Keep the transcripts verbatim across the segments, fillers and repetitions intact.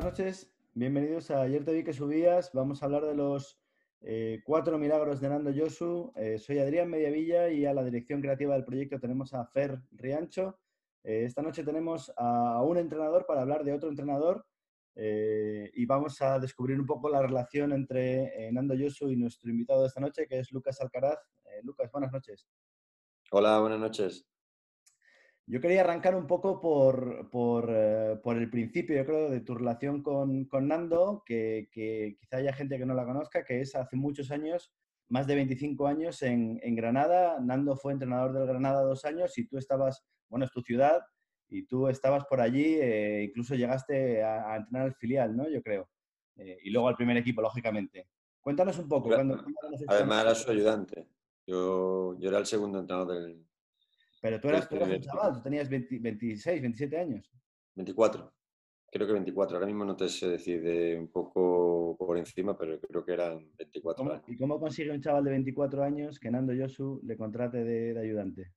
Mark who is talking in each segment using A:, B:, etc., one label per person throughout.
A: noches, bienvenidos a Ayer te vi que subías. Vamos a hablar de los eh, cuatro milagros de Nando Yosu. Eh, soy Adrián Mediavilla y a la dirección creativa del proyecto tenemos a Fer Riancho. Eh, esta noche tenemos a un entrenador para hablar de otro entrenador eh, y vamos a descubrir un poco la relación entre eh, Nando Yosu y nuestro invitado de esta noche, que es Lucas Alcaraz. Eh, Lucas, buenas noches.
B: Hola, buenas noches.
A: Yo quería arrancar un poco por, por, eh, por el principio, yo creo, de tu relación con, con Nando, que, que quizá haya gente que no la conozca, que es hace muchos años, más de veinticinco años en, en Granada. Nando fue entrenador del Granada dos años y tú estabas, bueno, es tu ciudad, y tú estabas por allí, eh, incluso llegaste a, a entrenar al filial, ¿no? Yo creo. Eh, y luego al primer equipo, lógicamente. Cuéntanos un poco,
B: Yo-
A: ¿cuándo, ¿cuándo conociste a
B: Además era
A: Nando?
B: su ayudante. Yo, yo era el segundo entrenador del,
A: Pero tú
B: del
A: eras, tú eras
B: primer
A: un chaval,
B: equipo.
A: tú tenías veinte, veintiséis, veintisiete años.
B: veinticuatro. Creo que veinticuatro. Ahora mismo no te sé decir de un poco por encima, pero creo que eran
A: ¿Y
B: veinticuatro
A: cómo,
B: años.
A: y cómo consigue un chaval de veinticuatro años que Nando Yosu le contrate de, de ayudante?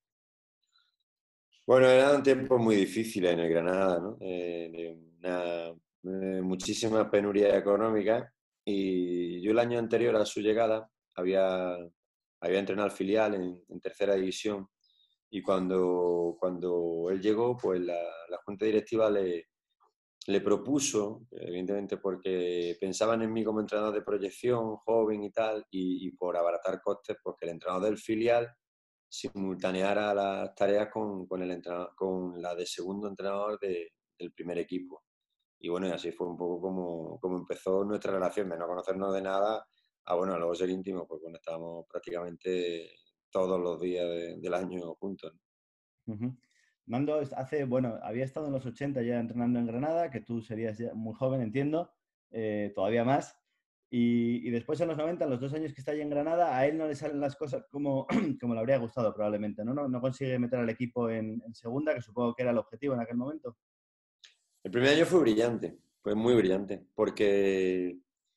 B: Bueno, eran tiempos muy difíciles en el Granada, ¿no? Eh, de una, eh, muchísima penuria económica, y yo el año anterior a su llegada había, había entrenado al filial en, en tercera división. Y cuando, cuando él llegó, pues la, la junta directiva le, le propuso, evidentemente porque pensaban en mí como entrenador de proyección, joven y tal, y, y por abaratar costes, pues que el entrenador del filial simultaneara las tareas con, con, el entrenador, con la de segundo entrenador de, del primer equipo. Y bueno, y así fue un poco como, como empezó nuestra relación, de no conocernos de nada a, bueno, a luego ser íntimos, pues bueno, estábamos prácticamente todos los días de, del año juntos, ¿no?
A: Ujú. Nando es- hace, bueno, había estado en los ochenta ya entrenando en Granada, que tú serías ya muy joven, entiendo, eh, todavía más. Y, y después en los noventa, en los dos años que está ahí en Granada, a él no le salen las cosas como, como le habría gustado probablemente, ¿no? No, no consigue meter al equipo en, en segunda, que supongo que era el objetivo en aquel momento.
B: El primer año fue brillante, fue muy brillante, porque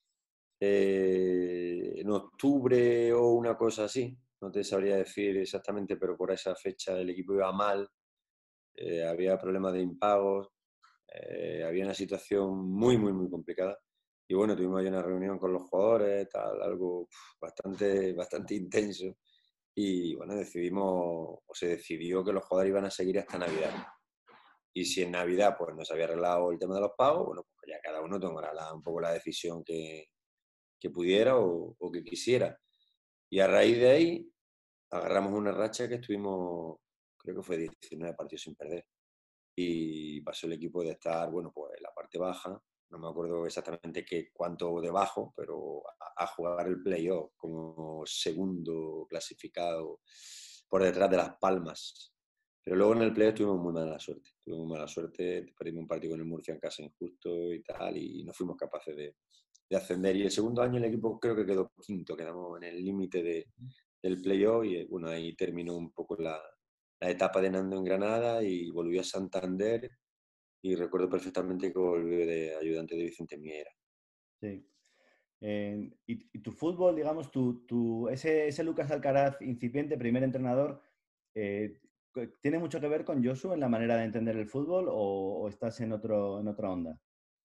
B: eh, en octubre o una cosa así, no te sabría decir exactamente, pero por esa fecha el equipo iba mal, eh, había problemas de impagos, eh, había una situación muy, muy, muy complicada. Y bueno, tuvimos ahí una reunión con los jugadores, tal, algo uf, bastante, bastante intenso. Y bueno, decidimos, o se decidió que los jugadores iban a seguir hasta Navidad. Y si en Navidad pues no se había arreglado el tema de los pagos, bueno, pues ya cada uno tomará la, un poco la decisión que, que pudiera o, o que quisiera. Y a raíz de ahí agarramos una racha que estuvimos, creo que fue diecinueve partidos sin perder. Y pasó el equipo de estar, bueno, pues en la parte baja, no me acuerdo exactamente qué, cuánto debajo, pero a, a jugar el playoff como segundo clasificado por detrás de Las Palmas. Pero luego en el playoff tuvimos muy mala suerte. Tuvimos mala suerte, perdimos un partido con el Murcia en casa injusto y tal, y no fuimos capaces de, de ascender. Y el segundo año el equipo creo que quedó quinto, quedamos en el límite de, del playoff y bueno, ahí terminó un poco la, la etapa de Nando en Granada y volvió a Santander y recuerdo perfectamente que volvió de ayudante de Vicente Miera.
A: Sí. Eh, y, y tu fútbol, digamos, tu, tu- ese, ese Lucas Alcaraz incipiente, primer entrenador, eh, ¿tiene mucho que ver con Josu en la manera de entender el fútbol o, o estás en otro, en otra onda?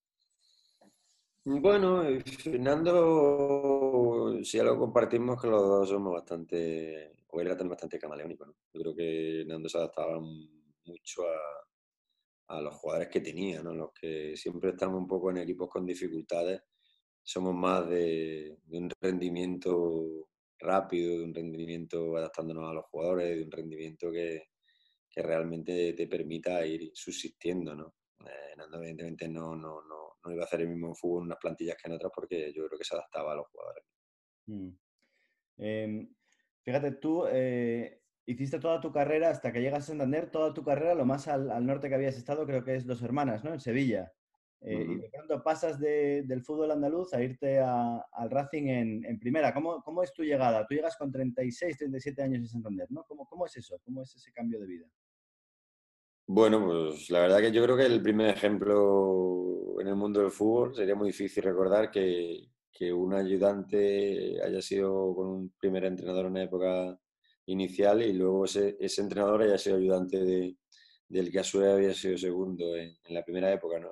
B: Bueno, eh, Nando, si algo compartimos que los dos somos bastante, o él era también bastante camaleónico, ¿no? Yo creo que Nando se adaptaba mucho a, a los jugadores que tenía, ¿no? Los que siempre estamos un poco en equipos con dificultades, somos más de, de un rendimiento rápido, de un rendimiento adaptándonos a los jugadores, de un rendimiento que, que realmente te permita ir subsistiendo, ¿no? Eh, Nando evidentemente no, no, no, no iba a hacer el mismo fútbol en unas plantillas que en otras porque yo creo que se adaptaba a los jugadores.
A: Mm. Eh, Fíjate, tú eh, hiciste toda tu carrera hasta que llegas a Santander, toda tu carrera, lo más al, al norte que habías estado, creo que es Dos Hermanas, ¿no? En Sevilla. Eh, y
B: Uh-huh.
A: de pronto pasas de- del fútbol andaluz a irte a- al Racing en, en primera. ¿Cómo, cómo es tu llegada? Tú llegas con treinta y seis, treinta y siete años en Santander, ¿no? ¿Cómo, cómo es eso? ¿Cómo es ese cambio de vida?
B: Bueno, pues la verdad que yo creo que el primer ejemplo en el mundo del fútbol sería muy difícil recordar que, que un ayudante haya sido con un primer entrenador en una época inicial y luego ese, ese entrenador haya sido ayudante de, del que a su vez había sido segundo en, en la primera época, ¿no?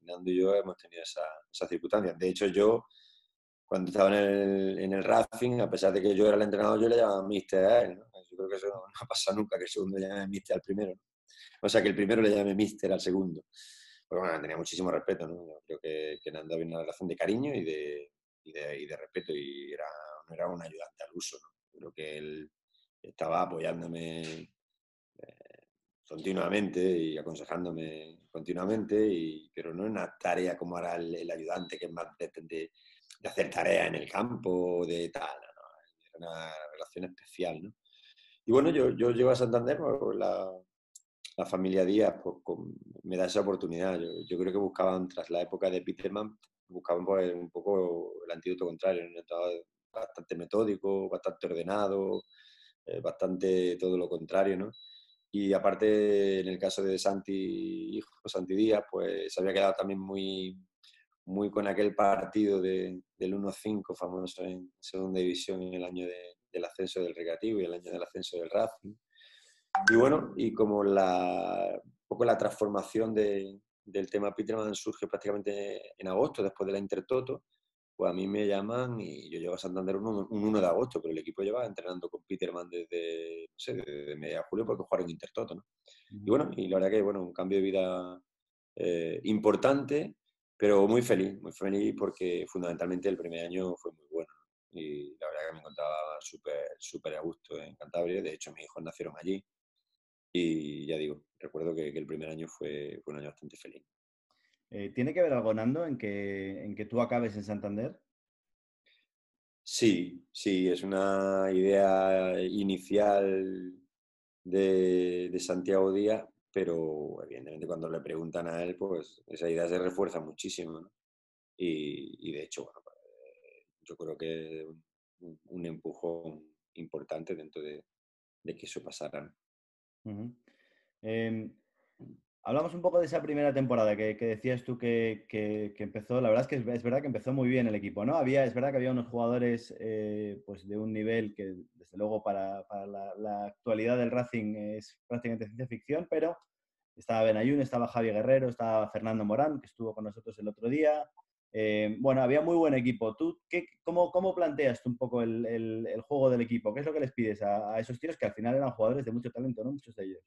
B: Nando y yo hemos tenido esa, esas circunstancias. De hecho, yo, cuando estaba en el, en el Racing, a pesar de que yo era el entrenador, yo le llamaba Mister a él, ¿no? Yo creo que eso no, no pasa nunca, que el segundo le llame Mister al primero, ¿no? O sea, que el primero le llame Mister al segundo. Pero bueno, tenía muchísimo respeto, ¿no? Yo creo que, que Nando había una relación de cariño y de, y de, y de respeto, y era, no era un ayudante al uso, ¿no? Creo que él estaba apoyándome eh, continuamente y aconsejándome continuamente, y, pero no en una tarea como era el, el ayudante, que es más de, de, de hacer tareas en el campo, de tal, ¿no? Era una relación especial, ¿no? Y bueno, yo, yo llego a Santander, pues, la, la familia Díaz pues, con, me da esa oportunidad. Yo, yo, creo que buscaban, tras la época de Peterman, buscaban pues, un poco el antídoto contrario, un estado bastante metódico, bastante ordenado, eh, bastante todo lo contrario, ¿no? Y aparte, en el caso de Santi, hijo Santi Díaz, pues se había quedado también muy, muy con aquel partido de, del uno cinco famoso en segunda división, en el año de, del ascenso del Recreativo y el año del ascenso del Racing. Y bueno, y como la, un poco la transformación de, del tema Peterman surge prácticamente en agosto, después de la Intertoto, pues a mí me llaman y yo llego a Santander un, un uno de agosto, pero el equipo lleva entrenando con Peterman desde, no sé, desde mediados de julio, porque jugaron Intertoto, ¿no? Y bueno, y la verdad que, bueno, un cambio de vida eh, importante, pero muy feliz, muy feliz, porque fundamentalmente el primer año fue muy bueno, ¿no? Y la verdad que me encontraba súper, súper a gusto en Cantabria. De hecho, mis hijos nacieron allí. Y ya digo, recuerdo que, que el primer año fue, fue un año bastante feliz.
A: Eh, ¿Tiene que ver algo, Nando, en que, en que tú acabes en Santander?
B: Sí, sí, es una idea inicial de, de Santiago Díaz, pero evidentemente cuando le preguntan a él, pues esa idea se refuerza muchísimo, ¿no? Y, y de hecho, bueno, pues, yo creo que un, un empujón importante dentro de, de que eso pasara, ¿no?
A: Uh-huh. Eh, hablamos un poco de esa primera temporada que, que decías tú que, que, que, empezó. La verdad es que es, es, verdad que empezó muy bien el equipo, ¿no? Había, es verdad que había unos jugadores eh, pues de un nivel que, desde luego, para, para la, la, actualidad del Racing es prácticamente ciencia ficción, pero estaba Benayoun, estaba Javi Guerrero, estaba Fernando Morán, que estuvo con nosotros el otro día. Eh, bueno, había muy buen equipo. ¿Tú qué, cómo, cómo planteas tú un poco el, el, el, juego del equipo? ¿Qué es lo que les pides a, a esos tíos que al final eran jugadores de mucho talento, ¿no? Muchos de ellos.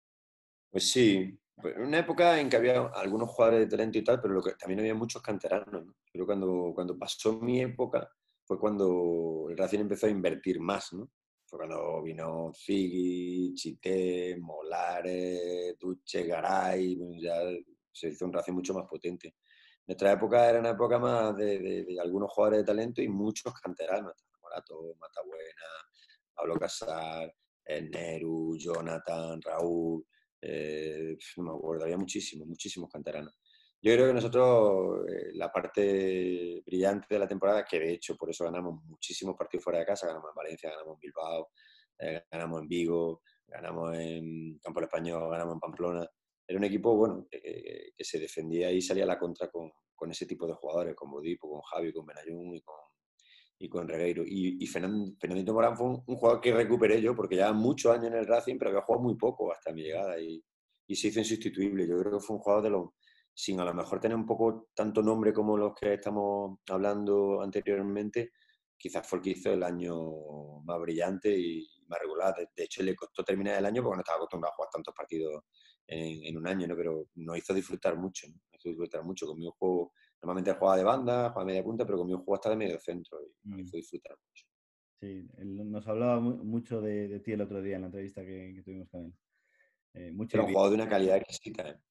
B: Pues sí, pues en una época en que había algunos jugadores de talento y tal, pero lo que, también había muchos canteranos, ¿no? Pero cuando, cuando pasó mi época fue cuando el Racing empezó a invertir más, ¿no? Fue cuando vino Ziggy, Chité, Molares, Duche, Garay, ya se hizo un Racing mucho más potente. Nuestra época era una época más de, de, de algunos jugadores de talento y muchos canteranos, Morato, Matabuena, Pablo Casar, Neru, Jonathan, Raúl. Eh, no me acuerdo, había muchísimos, muchísimos canteranos. Yo creo que nosotros, eh, la parte brillante de la temporada, que de hecho por eso ganamos muchísimos partidos fuera de casa, ganamos en Valencia, ganamos en Bilbao, eh, ganamos en Vigo, ganamos en Campo del Español, ganamos en Pamplona. Era un equipo, bueno, que, que se defendía y salía a la contra con, con ese tipo de jugadores, con Bodipo, con Javi, con Benayoun y con, y con Regueiro. Y, y Fernand, Fernandito Morán fue un, un, jugador que recuperé yo, porque llevaba muchos años en el Racing, pero había jugado muy poco hasta mi llegada, y, y se hizo insustituible. Yo creo que fue un jugador de los, sin a lo mejor tener un poco tanto nombre como los que estamos hablando anteriormente, quizás fue el que hizo el año más brillante y más regular. De, de hecho, le costó terminar el año porque no estaba acostumbrado a jugar tantos partidos en, en un año, ¿no? Pero nos hizo disfrutar mucho, ¿no? Nos hizo disfrutar mucho. Con mi juego, normalmente jugaba de banda, jugaba de media punta, pero conmigo jugaba hasta de medio centro y me
A: Mm.
B: hizo disfrutar mucho.
A: Sí, él nos hablaba mu mucho de, de, ti el otro día en la entrevista que, que tuvimos con él. Eh, mucho
B: Era
A: y
B: un
A: bien.
B: jugador de una calidad exquisita, ¿eh?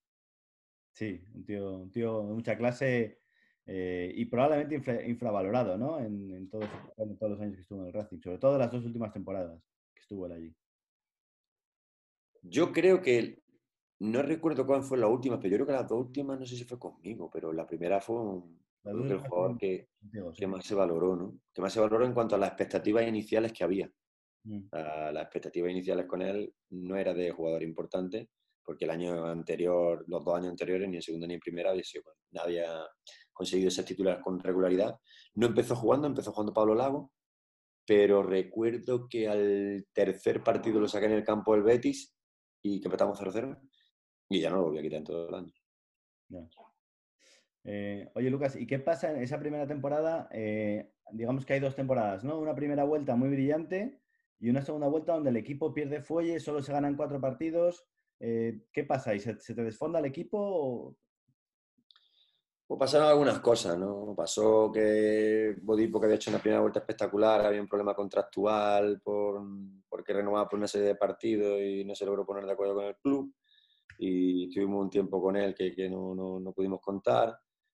A: Sí, un tío, un tío de mucha clase eh, y probablemente infra, infravalorado, ¿no? En, en, todos, en todos los años que estuvo en el Racing, sobre todo las dos últimas temporadas que estuvo él allí.
B: Yo creo que, no recuerdo cuál fue la última, pero yo creo que las dos últimas, no sé si fue conmigo, pero la primera fue un,
A: Las
B: creo
A: dos
B: que el
A: últimas
B: jugador
A: fueron
B: que,
A: contigo, sí.
B: que más se valoró, ¿no? Que más se valoró en cuanto a las expectativas iniciales que había.
A: Mm.
B: Uh, las expectativas iniciales con él no era de jugador importante, porque el año anterior, los dos años anteriores, ni en segunda ni en primera, había sido, nadie había conseguido ser titular con regularidad. No empezó jugando, empezó jugando Pablo Lago, pero recuerdo que al tercer partido lo saqué en el campo del Betis y que empezamos cero cero y ya no lo volví a quitar en todo el año.
A: Yeah. Eh, oye, Lucas, ¿y qué pasa en esa primera temporada? Eh, digamos que hay dos temporadas, ¿no? Una primera vuelta muy brillante y una segunda vuelta donde el equipo pierde fuelle, solo se ganan cuatro partidos. Eh, ¿qué pasa? ¿Y se, se te desfonda el equipo? o-
B: Pues pasaron algunas cosas, ¿no? Pasó que Bodipo, que había hecho una primera vuelta espectacular, había un problema contractual por, porque renovaba por una serie de partidos y no se logró poner de acuerdo con el club. Y tuvimos un tiempo con él que, que no, no, no pudimos contar.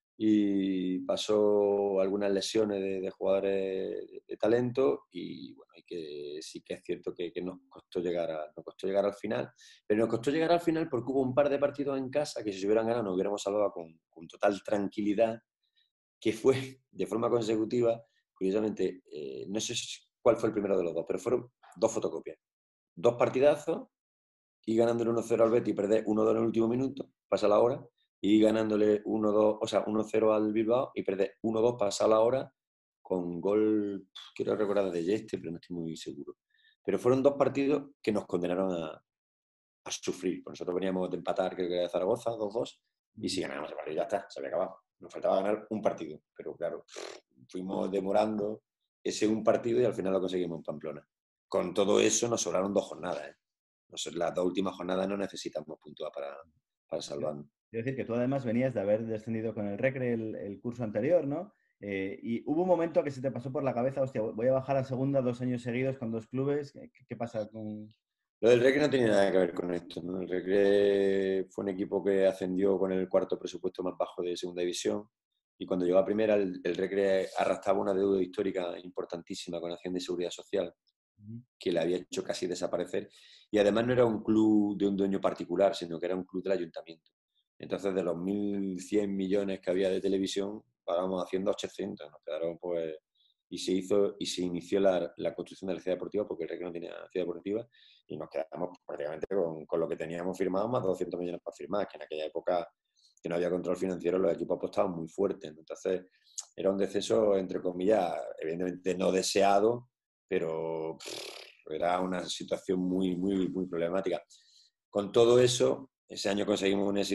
B: Y pasó algunas lesiones de, de jugadores de, de talento y bueno, y que sí que es cierto que, que nos costó llegar a, nos costó llegar al final, pero nos costó llegar al final porque hubo un par de partidos en casa que si se hubieran ganado nos hubiéramos salvado con, con total tranquilidad, que fue de forma consecutiva, curiosamente, eh, no sé cuál fue el primero de los dos, pero fueron dos fotocopias, dos partidazos y ganándole uno cero al Betis y perder uno dos en el último minuto, pasa la hora, y ganándole uno dos, o sea, uno cero al Bilbao y perder uno dos, pasa la hora, con gol, quiero recordar de este, pero no estoy muy seguro. Pero fueron dos partidos que nos condenaron a, a sufrir. Pues nosotros veníamos de empatar, creo que era de Zaragoza, dos dos, y si ganábamos el partido ya está, se había acabado. Nos faltaba ganar un partido, pero claro, fuimos demorando ese un partido y al final lo conseguimos en Pamplona. Con todo eso nos sobraron dos jornadas, ¿eh? Las dos últimas jornadas no necesitamos puntuar para, para salvarnos.
A: Quiero decir que tú además venías de haber descendido con el Recre el, el curso anterior, ¿no? Eh, y hubo un momento que se te pasó por la cabeza, hostia, voy a bajar a segunda dos años seguidos con dos clubes. ¿Qué, qué pasa con...?
B: Lo del Recre no tiene nada que ver con esto, ¿no? El Recre fue un equipo que ascendió con el cuarto presupuesto más bajo de segunda división y cuando llegó a primera el, el Recre arrastraba una deuda histórica importantísima con Hacienda y Seguridad Social que le había hecho casi desaparecer y además no era un club de un dueño particular, sino que era un club del ayuntamiento. Entonces de los mil cien millones que había de televisión, pagábamos haciendo ochocientos, nos quedaron pues y se hizo y se inició la, la construcción de la ciudad deportiva porque el Recre no tenía ciudad deportiva y nos quedamos prácticamente con, con lo que teníamos firmado más doscientos millones para firmar, que en aquella época que no había control financiero los equipos apostaban muy fuerte, ¿no? Entonces era un descenso entre comillas evidentemente no deseado, pero pff, era una situación muy muy muy problemática. Con todo eso ese año conseguimos un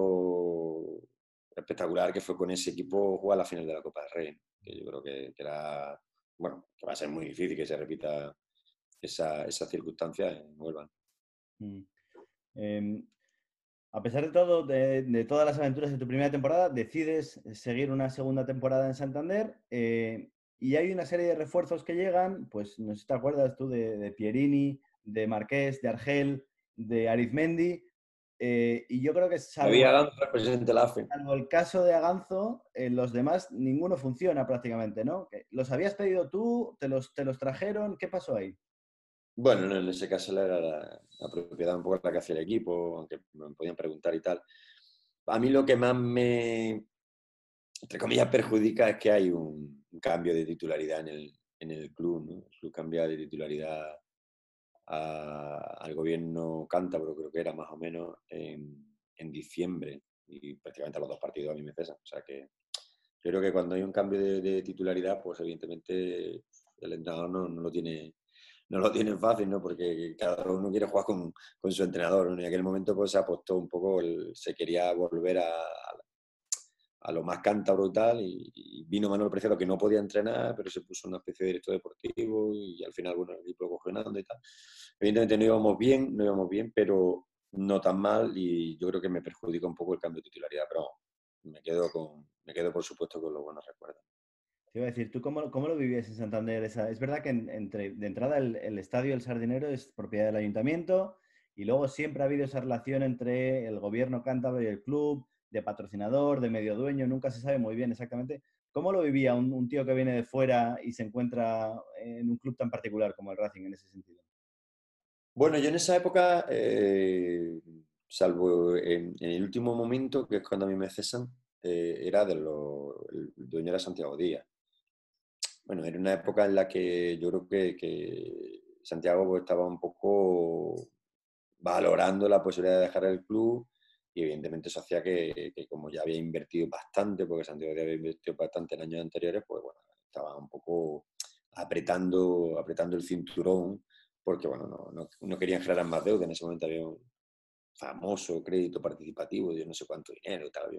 B: éxito espectacular que fue con ese equipo jugar la final de la Copa del Rey, que yo creo que, que era, bueno, que va a ser muy difícil que se repita esa, esa circunstancia en Huelva.
A: Mm. Eh, a pesar de todo, de, de todas las aventuras de tu primera temporada, decides seguir una segunda temporada en Santander eh, y hay una serie de refuerzos que llegan, pues no sé si te acuerdas tú de, de Pierini, de Marqués, de Argel, de Arizmendi, eh, y yo creo que salvo,
B: David Aganza, presidente de la A F E.
A: salvo el caso de Aganzo, eh, los demás ninguno funciona prácticamente, ¿no? ¿Los habías pedido tú? ¿Te los, te los trajeron? ¿Qué pasó ahí?
B: Bueno, no, en ese caso era la, la propiedad un poco la que hacía el equipo, aunque me podían preguntar y tal. A mí lo que más me, entre comillas, perjudica es que hay un, un cambio de titularidad en el, en el club, ¿no? El club cambia de titularidad a, al gobierno cántabro, creo que era más o menos, en, en diciembre. Y prácticamente a los dos partidos a mí me cesan. O sea que yo creo que cuando hay un cambio de, de titularidad, pues evidentemente el entrenador no, no lo tiene no lo tienen fácil, ¿no? Porque cada uno quiere jugar con, con su entrenador, ¿no? Y en aquel momento pues se apostó un poco, el, se quería volver a, a, a lo más cántabro y tal, y, y vino Manuel Preciado que no podía entrenar, pero se puso una especie de director deportivo y al final, bueno, el equipo lo cogió Nando y tal. Evidentemente no íbamos bien, no íbamos bien, pero no tan mal y yo creo que me perjudica un poco el cambio de titularidad, pero me quedo, con, me quedo por supuesto con los buenos recuerdos.
A: Te iba a decir, ¿tú cómo, cómo lo vivías en Santander? Esa- es verdad que en- entre, de entrada el, el estadio El Sardinero es propiedad del ayuntamiento y luego siempre ha habido esa relación entre el gobierno cántabro y el club, de patrocinador, de medio dueño, nunca se sabe muy bien exactamente. ¿Cómo lo vivía un, un tío que viene de fuera y se encuentra en un club tan particular como el Racing en ese sentido?
B: Bueno, yo en esa época, eh, salvo en, en el último momento, que es cuando a mí me cesan, eh, era de los, el dueño era Santiago Díaz. Bueno, era una época en la que yo creo que, que Santiago pues, estaba un poco valorando la posibilidad de dejar el club y evidentemente eso hacía que, que como ya había invertido bastante, porque Santiago ya había invertido bastante en años anteriores, pues bueno, estaba un poco apretando, apretando el cinturón porque bueno, no, no, no querían generar más deuda. En ese momento había un famoso crédito participativo de no sé cuánto dinero y tal, había un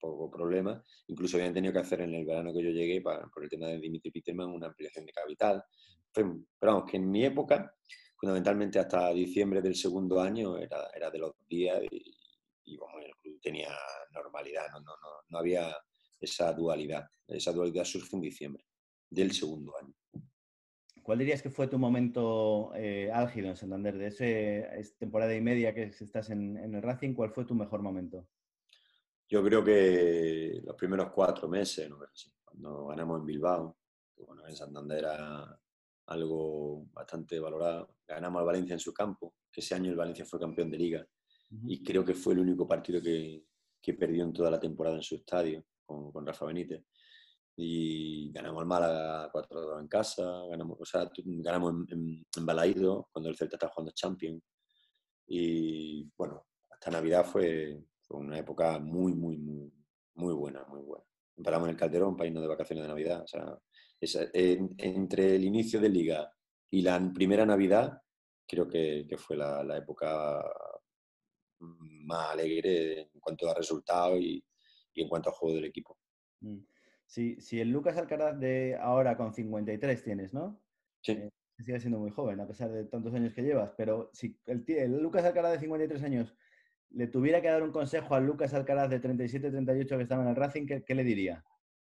B: tampoco problema. Incluso habían tenido que hacer en el verano que yo llegué, para, por el tema de Dimitri Peterman, una ampliación de capital. Fue, pero vamos, que en mi época, fundamentalmente hasta diciembre del segundo año, era, era de los días y, y bueno, el club tenía normalidad, no, no, no, no había esa dualidad. Esa dualidad surge en diciembre del segundo año.
A: ¿Cuál dirías que fue tu momento eh, álgido en Santander? De ese es temporada y media que estás en, en el Racing, ¿cuál fue tu mejor momento?
B: Yo creo que los primeros cuatro meses, ¿no? Cuando ganamos en Bilbao, que bueno, en Santander era algo bastante valorado. Ganamos al Valencia en su campo, que ese año el Valencia fue campeón de liga
A: Uh-huh.
B: y creo que fue el único partido que, que perdió en toda la temporada en su estadio con, con Rafa Benítez. Y ganamos al Málaga cuatro dos en casa, ganamos, o sea, ganamos en, en, en Balaído cuando el Celta estaba jugando Champions. Y bueno, hasta Navidad fue, fue una época muy, muy, muy, muy buena, muy buena. Paramos en el Calderón para irnos de vacaciones de Navidad. O sea, esa, en, entre el inicio de Liga y la primera Navidad, creo que, que fue la, la, época más alegre en cuanto a resultados y, y en cuanto a juego del equipo.
A: Si, si el Lucas Alcaraz de ahora con cincuenta y tres tienes, ¿no?
B: Sí.
A: Eh, sigue siendo muy joven, a pesar de tantos años que llevas, pero si el, el Lucas Alcaraz de cincuenta y tres años le tuviera que dar un consejo al Lucas Alcaraz de treinta y siete treinta y ocho que estaba en el Racing, ¿qué, qué le diría?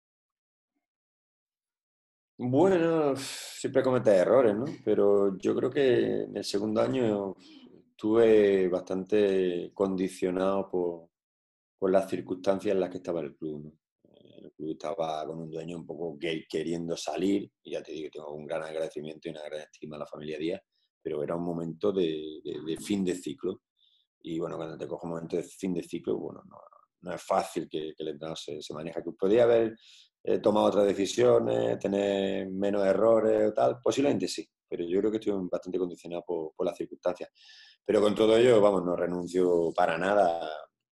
B: Bueno, siempre cometes errores, ¿no? Pero yo creo que en el segundo año estuve bastante condicionado por, por las circunstancias en las que estaba el club, ¿no? El club estaba con un dueño un poco gay queriendo salir, y ya te digo, tengo un gran agradecimiento y una gran estima a la familia Díaz, pero era un momento de, de, de fin de ciclo. Y bueno, cuando te cojo un momento de fin de ciclo, bueno, no, no es fácil que, que el entrenador se, se maneja. Que podía haber eh, tomado otras decisiones, tener menos errores o tal, posiblemente sí, pero yo creo que estoy bastante condicionado por, por las circunstancias. Pero con todo ello, vamos, no renuncio para nada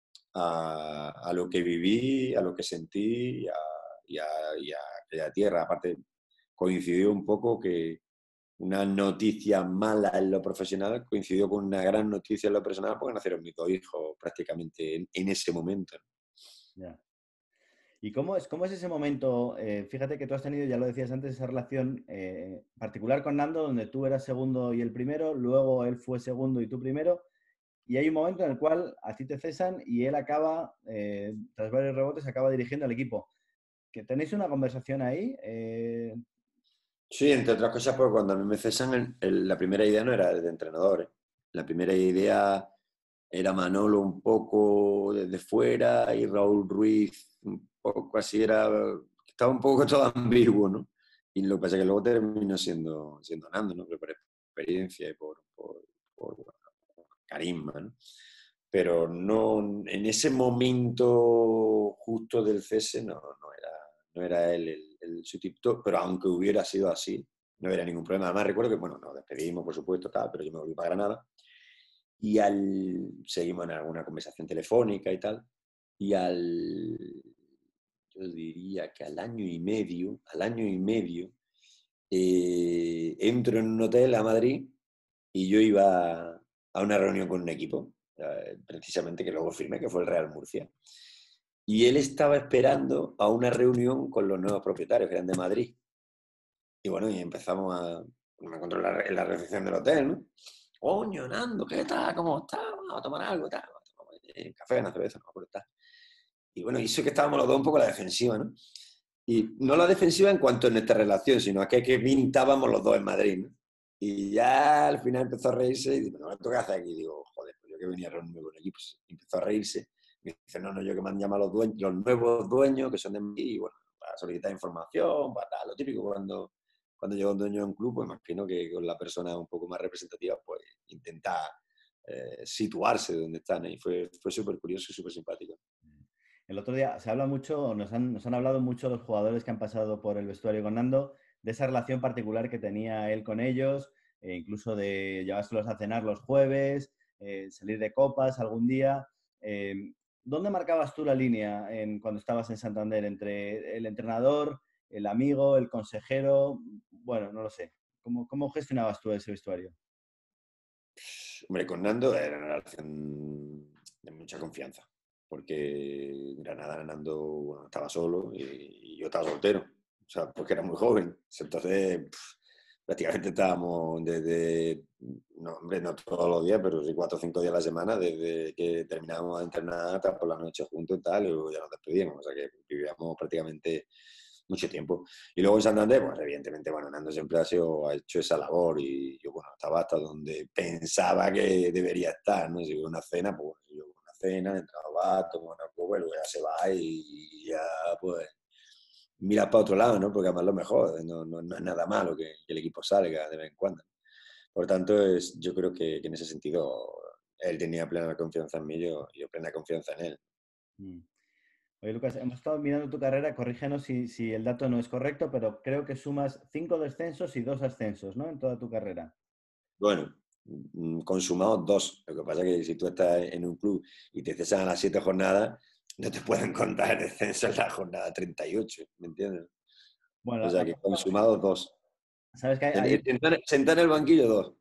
B: a, a lo que viví, a lo que sentí y a, y a, y a aquella tierra. Aparte, coincidió un poco que una noticia mala en lo profesional coincidió con una gran noticia en lo personal porque nacieron mis dos hijos prácticamente en, en ese momento.
A: Yeah. ¿Y cómo es, cómo es ese momento? Eh, fíjate que tú has tenido, ya lo decías antes, esa relación eh, particular con Nando, donde tú eras segundo y el primero, luego él fue segundo y tú primero, y hay un momento en el cual a ti te cesan y él acaba, eh, tras varios rebotes, acaba dirigiendo al equipo. ¿Que tenéis una conversación ahí? Eh...
B: Sí, entre otras cosas, porque cuando a mí me cesan, el, el, la primera idea no era de entrenador. ¿eh? La primera idea era Manolo un poco desde fuera y Raúl Ruiz un poco así, era, estaba un poco todo ambiguo, ¿no? Y lo que pasa es que luego terminó siendo, siendo Nando, ¿no? Pero por experiencia y por, por, por, por carisma, ¿no? Pero no, en ese momento justo del cese no, no, era, no era él el, el sustituto, pero aunque hubiera sido así, no había ningún problema. Además recuerdo que, bueno, nos despedimos, por supuesto, tal, pero yo me volví para Granada y al, seguimos en alguna conversación telefónica y tal, y al, yo diría que al año y medio, al año y medio, eh, entro en un hotel a Madrid y yo iba a una reunión con un equipo, eh, precisamente que luego firmé, que fue el Real Murcia. Y él estaba esperando a una reunión con los nuevos propietarios, que eran de Madrid. Y bueno, y empezamos a... Me encontré en la, en la recepción del hotel, ¿no? Coño, Nando, ¿qué tal? ¿Cómo estás? Vamos a tomar algo, tal. Eh, café, una cerveza, no me acuerdo, tal. Y bueno, hizo que estábamos los dos un poco a la defensiva, ¿no? Y no la defensiva en cuanto a nuestra relación, sino a que, que pintábamos los dos en Madrid, ¿no? Y ya al final empezó a reírse y digo, bueno, ¿tú qué haces aquí? Y digo, joder, pues yo que venía a reunirme con el equipo. Y empezó a reírse. Y dice, no, no, yo que me han llamado los, dueños, los nuevos dueños, que son de mí, y bueno, para solicitar información, para tal, lo típico cuando, cuando llega un dueño de un club, pues imagino que con la persona un poco más representativa, pues intenta eh, situarse donde están. Y fue, fue súper curioso y súper simpático.
A: El otro día se habla mucho, nos han, nos han hablado mucho los jugadores que han pasado por el vestuario con Nando, de esa relación particular que tenía él con ellos, e incluso de llevárselos a cenar los jueves, eh, salir de copas algún día. Eh, ¿Dónde marcabas tú la línea en, cuando estabas en Santander entre el entrenador, el amigo, el consejero? Bueno, no lo sé. ¿Cómo, cómo gestionabas tú ese vestuario?
B: Hombre, con Nando era una relación de mucha confianza. porque Granada Nando bueno, estaba solo y, y yo estaba soltero, o sea, porque era muy joven. Entonces, pff, prácticamente estábamos desde, no, hombre, no todos los días, pero sí cuatro o cinco días a la semana, desde que terminábamos de entrenar hasta por la noche juntos y tal, y luego ya nos despedíamos, o sea que vivíamos prácticamente mucho tiempo. Y luego en Santander, pues evidentemente, bueno, Nando siempre ha, sido, ha hecho esa labor y yo, bueno, estaba hasta donde pensaba que debería estar, ¿no? Si hubo una cena, pues yo una cena, entraba, va, toma una copa y luego ya se va y ya, pues, miras para otro lado, ¿no? Porque además lo mejor, no, no, no es nada malo que, que el equipo salga de vez en cuando. Por tanto, es, yo creo que, que en ese sentido él tenía plena confianza en mí, yo, yo plena confianza en él.
A: Mm. Oye, Lucas, hemos estado mirando tu carrera, corrígenos si, si el dato no es correcto, pero creo que sumas cinco descensos y dos ascensos, ¿no? En toda tu carrera.
B: Bueno, mm, consumados dos. Lo que pasa es que si tú estás en un club y te cesan a las siete jornadas, no te pueden contar el descenso en la jornada treinta y ocho, ¿me entiendes?
A: Bueno,
B: O
A: la,
B: sea
A: la
B: que
A: cosa,
B: consumados dos.
A: sabes que hay,
B: En-
A: hay-
B: en- Sentar, sentar en el banquillo dos.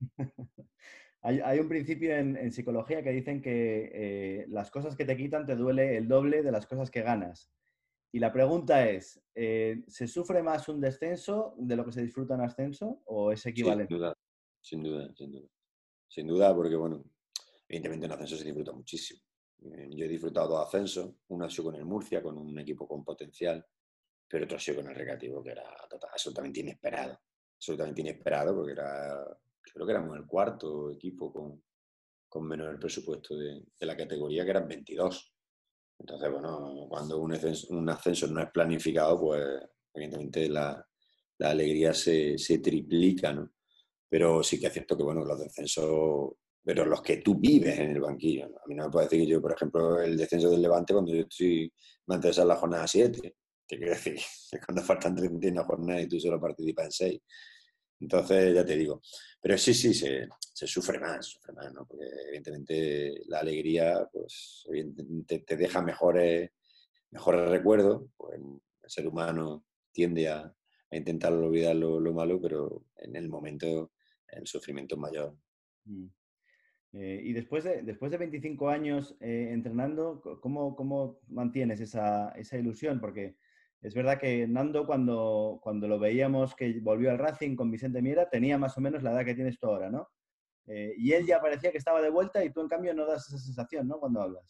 A: hay- hay un principio en, en psicología que dicen que eh, las cosas que te quitan te duele el doble de las cosas que ganas. Y la pregunta es, eh, ¿se sufre más un descenso de lo que se disfruta un ascenso o es
B: Sí, sin
A: equivalente?
B: duda, sin duda, sin duda. Sin duda, porque bueno, evidentemente en ascenso se disfruta muchísimo. Eh, Yo he disfrutado dos ascensos, uno ha sido con el Murcia, con un equipo con potencial, pero otro ha sido con el Recreativo, que era total- absolutamente inesperado. Absolutamente inesperado, porque era, creo que éramos el cuarto equipo con, con menos el presupuesto de, de la categoría, que eran veintidós. Entonces, bueno, cuando un ascenso, un ascenso no es planificado, pues evidentemente la, la alegría se, se triplica, ¿no? Pero sí que es cierto que, bueno, los descensos, pero los que tú vives en el banquillo, ¿no? A mí no me puede decir que yo, por ejemplo, el descenso del Levante, cuando yo estoy, me han interesado en la jornada siete, que quiere decir que cuando faltan treinta y una jornadas y tú solo participas en seis. Entonces, ya te digo. Pero sí, sí, se, se sufre más, se sufre más, ¿no? Porque evidentemente la alegría, pues, evidentemente te deja mejores, mejores recuerdos. Pues el ser humano tiende a, a intentar olvidar lo, lo malo, pero en el momento el sufrimiento es mayor.
A: Mm. Eh, y después de, después de veinticinco años eh, entrenando, co- ¿cómo, cómo mantienes esa, esa ilusión? Porque es verdad que Nando, cuando, cuando lo veíamos que volvió al Racing con Vicente Miera, tenía más o menos la edad que tienes tú ahora, ¿no? Eh, y él ya parecía que estaba de vuelta y tú, en cambio, no das esa sensación, ¿no? Cuando hablas.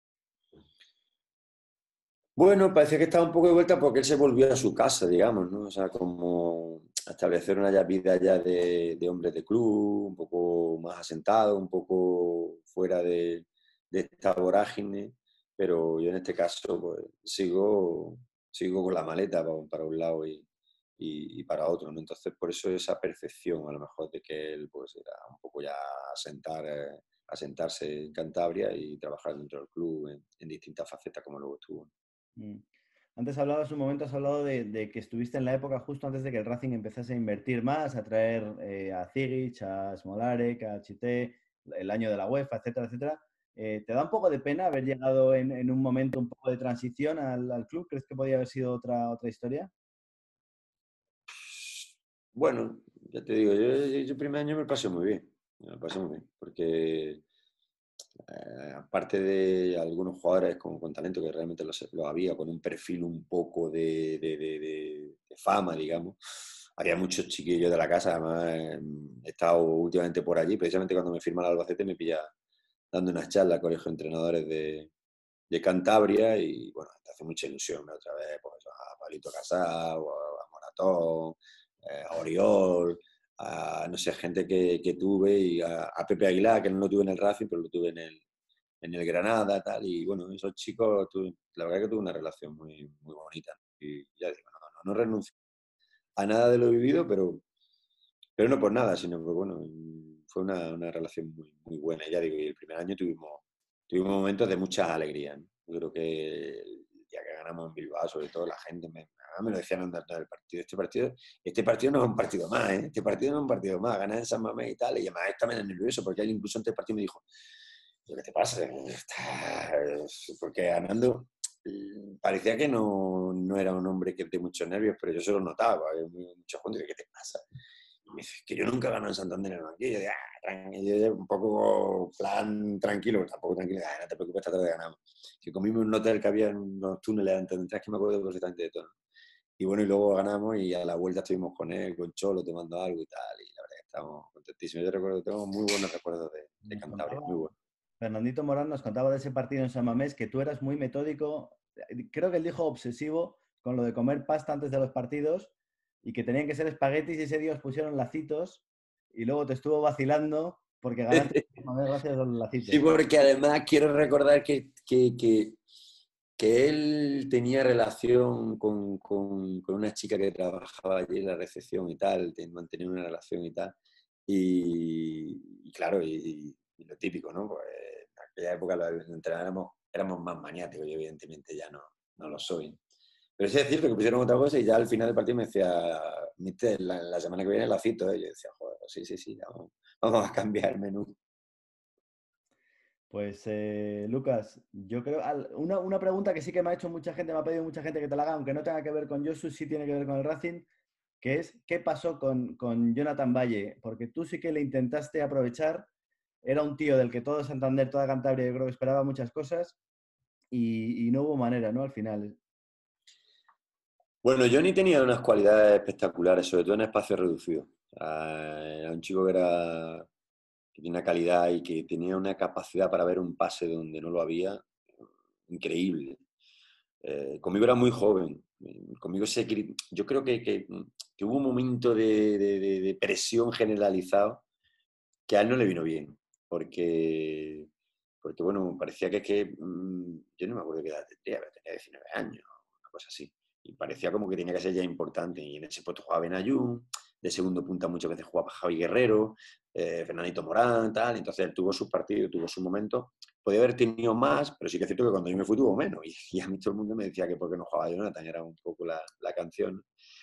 B: Bueno, parecía que estaba un poco de vuelta porque él se volvió a su casa, digamos, ¿no? O sea, como establecer una ya vida ya de, de hombre de club, un poco más asentado, un poco fuera de, de esta vorágine, pero yo en este caso pues sigo, sigo con la maleta para, para un lado y, y- y para otro, ¿no? Entonces, por eso esa percepción a lo mejor de que él pues era un poco ya asentar, eh, asentarse en Cantabria y trabajar dentro del club en, en distintas facetas como luego estuvo.
A: Mm. Antes hablabas, un momento has hablado de, de que estuviste en la época justo antes de que el Racing empezase a invertir más, a traer eh, a Zigic, a Smolarek, a Chité, el año de la UEFA, etcétera, etcétera. Eh, ¿te da un poco de pena haber llegado en, en un momento un poco de transición al, al club? ¿Crees que podía haber sido otra, otra historia?
B: Bueno, ya te digo, yo, yo el primer año me lo pasé muy bien, me lo pasé muy bien, porque eh, aparte de algunos jugadores con, con talento que realmente los, los había, con un perfil un poco de, de, de, de, de fama, digamos, había muchos chiquillos de la casa, además eh, he estado últimamente por allí, precisamente cuando me firma el Albacete me pilla dando unas charlas al colegio de entrenadores de, de Cantabria y bueno, te hace mucha ilusión ver otra vez pues, a Pablito Casado, a, a Moratón, eh, a Oriol, a no sé, gente que, que tuve y a, a, Pepe Aguilar, que no lo tuve en el Racing, pero lo tuve en el, en el Granada, tal, y bueno, esos chicos, tuve, la verdad que tuve una relación muy, muy bonita. Y ya digo, no, no, no renuncio a nada de lo vivido, pero, pero no por nada, sino que bueno, fue una, una relación muy, muy buena. Ya digo, y el primer año tuvimos, tuvimos momentos de mucha alegría, ¿no? Yo creo que el día que ganamos en Bilbao, sobre todo la gente me, me lo decían antes del partido. Este partido, este partido no es un partido más, ¿eh? Este partido no es un partido más. Ganar en San Mamés y tal, y además estaba nervioso porque él incluso antes del partido me dijo, ¿qué te pasa? Porque ganando parecía que no, no era un hombre que de muchos nervios, pero yo se lo notaba. Hay muchos jóvenes que, ¿qué te pasa? Y me dice, que yo nunca he ganado en Santander en el banquillo. Y yo, de, ah, tranquilo, yo, un poco plan tranquilo, tampoco tranquilo, ah, no te preocupes, esta tarde ganamos. Que comimos en un hotel que había en unos túneles antes de entrar, que me acuerdo perfectamente de todo, ¿no? Y bueno, y luego ganamos y a la vuelta estuvimos con él, con Cholo, tomando algo y tal, y la verdad que estábamos contentísimos. Yo recuerdo, tengo muy buenos recuerdos de, de
A: Nos
B: Cantabria,
A: contaba,
B: muy buenos.
A: Fernandito Morán nos contaba de ese partido en San Mamés que tú eras muy metódico, creo que él dijo obsesivo con lo de comer pasta antes de los partidos y que tenían que ser espaguetis y ese día os pusieron lacitos y luego te estuvo vacilando porque ganaste en San Mamés gracias a los
B: Sí,
A: lacitos.
B: porque además quiero recordar que, que, que, que él tenía relación con, con, con una chica que trabajaba allí en la recepción y tal, mantenía una relación y tal. Y, y claro, y, y, lo típico, ¿no? Pues en aquella época los entrenadores éramos más maniáticos, yo evidentemente ya no, no lo soy. Pero sí es cierto que pusieron otra cosa y ya al final del partido me decía, mister, la, la semana que viene la cito, ¿eh? Yo decía, joder, sí, sí, sí, vamos, vamos a cambiar el menú.
A: Pues eh, Lucas, yo creo, al- una, una pregunta que sí que me ha hecho mucha gente, me ha pedido mucha gente que te la haga, aunque no tenga que ver con Josu, sí tiene que ver con el Racing, que es ¿qué pasó con, con Jonathan Valle? Porque tú sí que le intentaste aprovechar, era un tío del que todo Santander, toda Cantabria, yo creo que esperaba muchas cosas y, y no hubo manera, ¿no? Al final.
B: Bueno, Johnny tenía unas cualidades espectaculares, sobre todo en espacios reducidos. O sea, era un chico que, era, que tenía una calidad y que tenía una capacidad para ver un pase donde no lo había, increíble. Eh, conmigo era muy joven. Conmigo se, yo creo que, que, que hubo un momento de, de, de, de presión generalizado que a él no le vino bien, porque, porque bueno, parecía que, que mmm, yo no me acuerdo qué edad tendría, pero tenía diecinueve años, una cosa así, y parecía como que tenía que ser ya importante, y en ese puesto jugaba Benayoun, de segundo punta muchas veces jugaba Javi Guerrero, eh, Fernandito Morán, tal, entonces él tuvo sus partidos, tuvo sus momentos, podía haber tenido más, pero sí que es cierto que cuando yo me fui tuvo menos, y, y a mí todo el mundo me decía que por qué no jugaba Jonathan, era un poco la, la canción.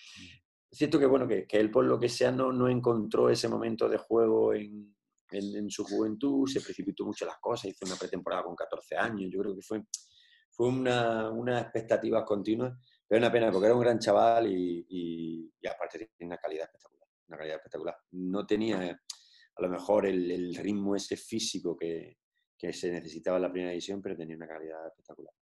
B: Es cierto que, bueno, que, que, él por lo que sea no, no encontró ese momento de juego en, en, en, su juventud, se precipitó mucho las cosas, hizo una pretemporada con catorce años, yo creo que fue, fue una, una expectativa continua, pero es una pena porque era un gran chaval y, y, y aparte tiene una calidad espectacular, una calidad espectacular. No tenía a lo mejor el, el ritmo ese físico que, que se necesitaba en la primera división, pero tenía una calidad espectacular.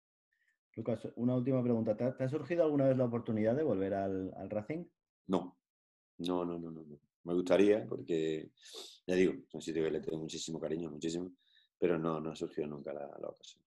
A: Lucas, una última pregunta. ¿Te ha, te ha surgido alguna vez la oportunidad de volver al, al Racing?
B: No, no, no, no, no, no. Me gustaría porque, ya digo, es un sitio que le tengo muchísimo cariño, muchísimo, pero no, no ha surgido nunca la, la ocasión.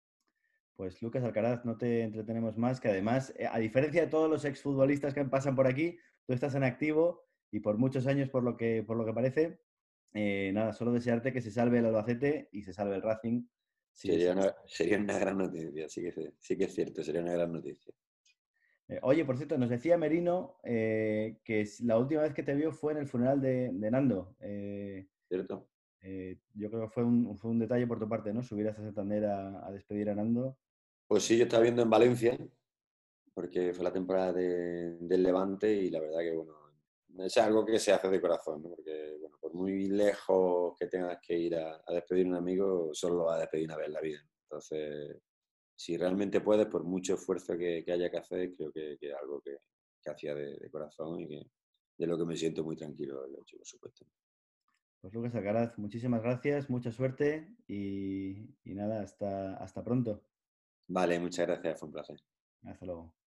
A: Pues Lucas Alcaraz, no te entretenemos más, que además, eh, a diferencia de todos los exfutbolistas que pasan por aquí, tú estás en activo y por muchos años, por lo que, por lo que parece. Eh, nada, solo desearte que se salve el Albacete y se salve el Racing. Sí, sí.
B: Sería una, sería una gran noticia, sí que, sí que es cierto, sería una gran noticia.
A: Eh, oye, por cierto, nos decía Merino eh, que s- la última vez que te vio fue en el funeral de, de Nando. Eh,
B: ¿Cierto?
A: eh, yo creo que fue un, fue un detalle por tu parte, ¿no? Subir hasta Santander a, a despedir a Nando.
B: Pues sí, yo estaba viendo en Valencia, porque fue la temporada de, del Levante y la verdad que, bueno, es algo que se hace de corazón, ¿no? Porque, bueno, por muy lejos que tengas que ir a, a despedir a un amigo, solo lo vas a despedir una vez en la vida. Entonces, si realmente puedes, por mucho esfuerzo que, que haya que hacer, creo que, que es algo que, que hacía de, de corazón y que de lo que me siento muy tranquilo, lo hecho, por supuesto.
A: Pues Lucas Alcaraz, muchísimas gracias, mucha suerte y, y nada, hasta, hasta pronto.
B: Vale, muchas gracias, fue un placer.
A: Hasta luego.